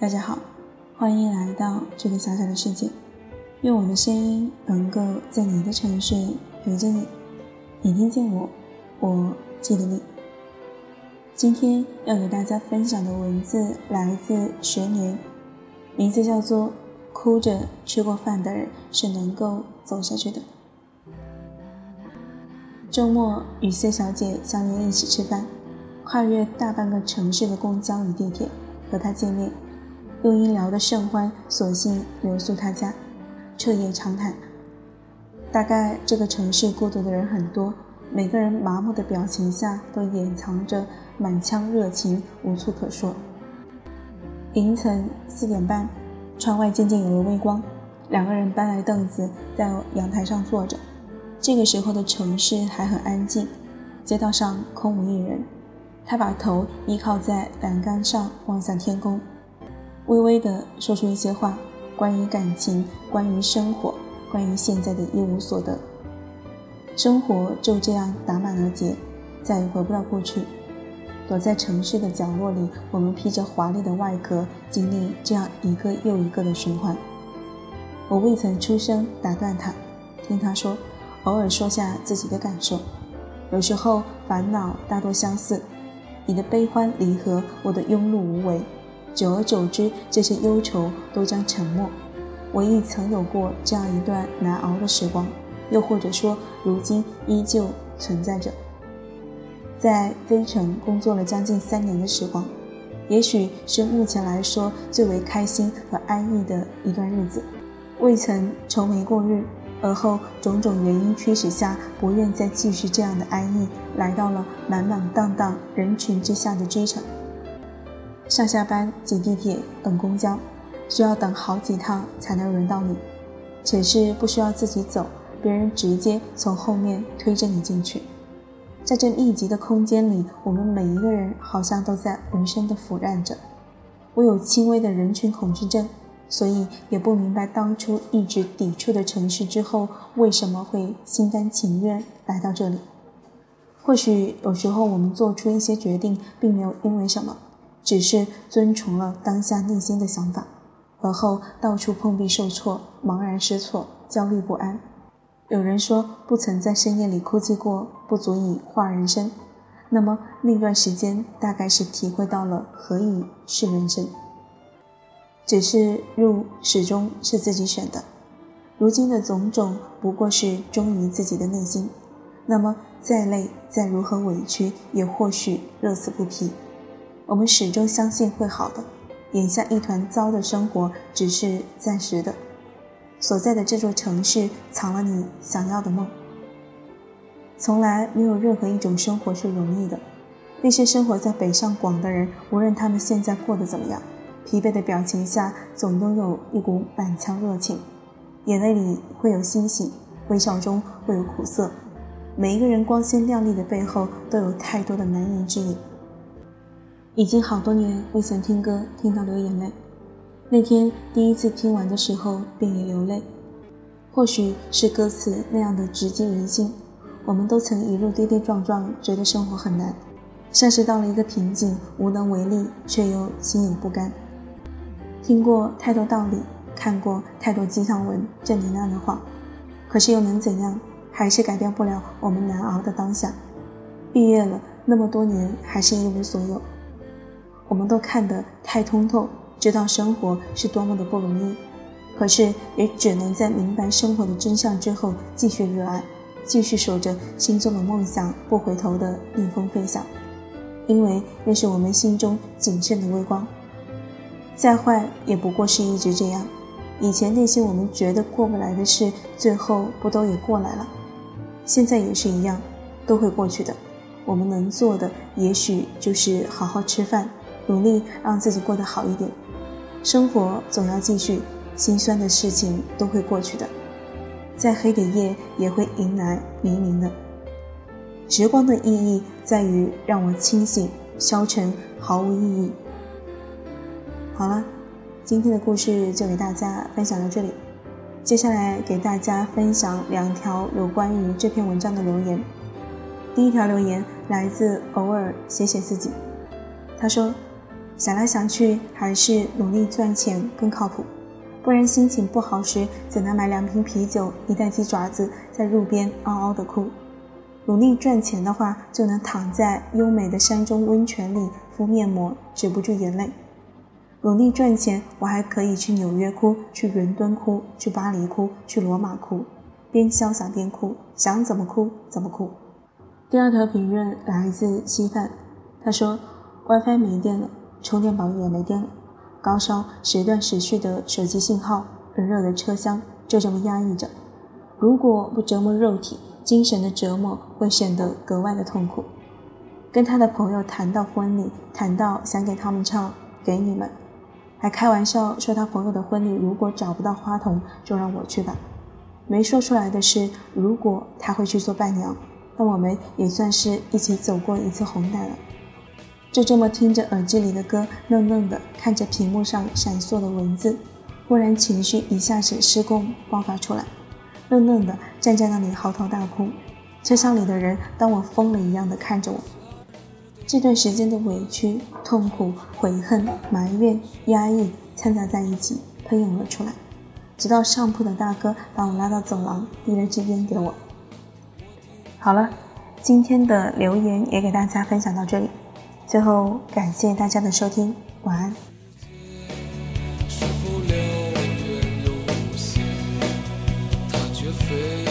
大家好，欢迎来到这个小小的世界，愿我的声音能够在你的城市陪着你，你听见我，我记得你。今天要给大家分享的文字来自10年，名字叫做哭着吃过饭的人是能够走下去的。周末与 C 小姐相约一起吃饭，跨越大半个城市的公交与地铁和她见面，又因聊得甚欢，索性留宿她家，彻夜长谈。大概这个城市孤独的人很多，每个人麻木的表情下都掩藏着满腔热情，无处可说。凌晨4点半，窗外渐渐有了微光，两个人搬来凳子在阳台上坐着。这个时候的城市还很安静，街道上空无一人。他把头依靠在栏杆上望向天空，微微地说出一些话，关于感情，关于生活，关于现在的一无所得。生活就这样打满了结，再也回不到过去。躲在城市的角落里，我们披着华丽的外壳，经历这样一个又一个的循环。我未曾出声打断他，听他说，偶尔说下自己的感受。有时候烦恼大多相似，你的悲欢离合，我的庸碌无为，久而久之，这些忧愁都将沉没。我亦曾有过这样一段难熬的时光，又或者说如今依旧存在着。在飞城工作了将近3年的时光，也许是目前来说最为开心和安逸的一段日子。未曾愁眉过日，而后种种原因驱使下，不愿再继续这样的安逸，来到了满满当当人群之下的支城。上下班挤地铁等公交，需要等好几趟才能轮到你，且是不需要自己走，别人直接从后面推着你进去。在这密集的空间里，我们每一个人好像都在无声地腐烂着。我有轻微的人群恐惧症，所以也不明白当初一直抵触的城市之后，为什么会心甘情愿来到这里。或许有时候我们做出一些决定，并没有因为什么，只是遵从了当下内心的想法，而后到处碰壁受挫，茫然失措，焦虑不安。有人说，不曾在深夜里哭泣过，不足以话人生。那么那段时间大概是体会到了何以是人生。只是路始终是自己选的，如今的种种不过是忠于自己的内心。那么再累，再如何委屈，也或许乐此不疲。我们始终相信会好的，眼下一团糟的生活只是暂时的。所在的这座城市藏了你想要的梦。从来没有任何一种生活是容易的。那些生活在北上广的人，无论他们现在过得怎么样，疲惫的表情下总拥有一股满腔热情，眼泪里会有欣喜，微笑中会有苦涩。每一个人光鲜亮丽的背后，都有太多的难言之隐。已经好多年未曾听歌听到流眼泪，那天第一次听完的时候便也流泪。或许是歌词那样的直击人心，我们都曾一路跌跌撞撞，觉得生活很难，像是到了一个瓶颈，无能为力，却又心有不甘。听过太多道理，看过太多鸡汤文正能量的话，可是又能怎样，还是改变不了我们难熬的当下。毕业了那么多年，还是一无所有。我们都看得太通透，知道生活是多么的不容易，可是也只能在明白生活的真相之后，继续热爱，继续守着心中的梦想，不回头的逆风飞翔，因为那是我们心中仅剩的微光。再坏也不过是一直这样，以前那些我们觉得过不来的事，最后不都也过来了？现在也是一样，都会过去的。我们能做的也许就是好好吃饭，努力让自己过得好一点。生活总要继续，心酸的事情都会过去的，再黑的夜也会迎来黎明的。时光的意义在于让我清醒，消沉毫无意义。好了，今天的故事就给大家分享到这里。接下来给大家分享2条有关于这篇文章的留言。第一条留言来自偶尔写写自己，他说， 想来想去，还是努力赚钱更靠谱，不然心情不好时怎能买2瓶啤酒1袋鸡爪子在路边嗷嗷地哭。努力赚钱的话，就能躺在优美的山中温泉里敷面膜，止不住眼泪。努力赚钱，我还可以去纽约哭，去伦敦哭，去巴黎哭，去罗马哭，边潇洒边哭，想怎么哭怎么哭。第二条评论来自稀饭，他说 WiFi 没电了，充电宝也没电了，高烧，时断时续的手机信号，热热的车厢，就这么压抑着。如果不折磨肉体，精神的折磨会显得格外的痛苦。跟他的朋友谈到婚礼，谈到想给他们唱给你们，还开玩笑说他朋友的婚礼如果找不到花童就让我去吧。没说出来的是，如果他会去做伴娘，那我们也算是一起走过一次红毯了。就这么听着耳机里的歌，愣愣的看着屏幕上闪烁的文字，忽然情绪一下子失控爆发出来，愣愣的站在那里嚎啕大哭。车厢里的人当我疯了一样的看着我，这段时间的委屈、痛苦、悔恨、埋怨、压抑掺杂在一起喷涌了出来，直到上铺的大哥把我拉到走廊，递了支烟给我。好了，今天的留言也给大家分享到这里，最后感谢大家的收听，晚安。 是否了无限，它却非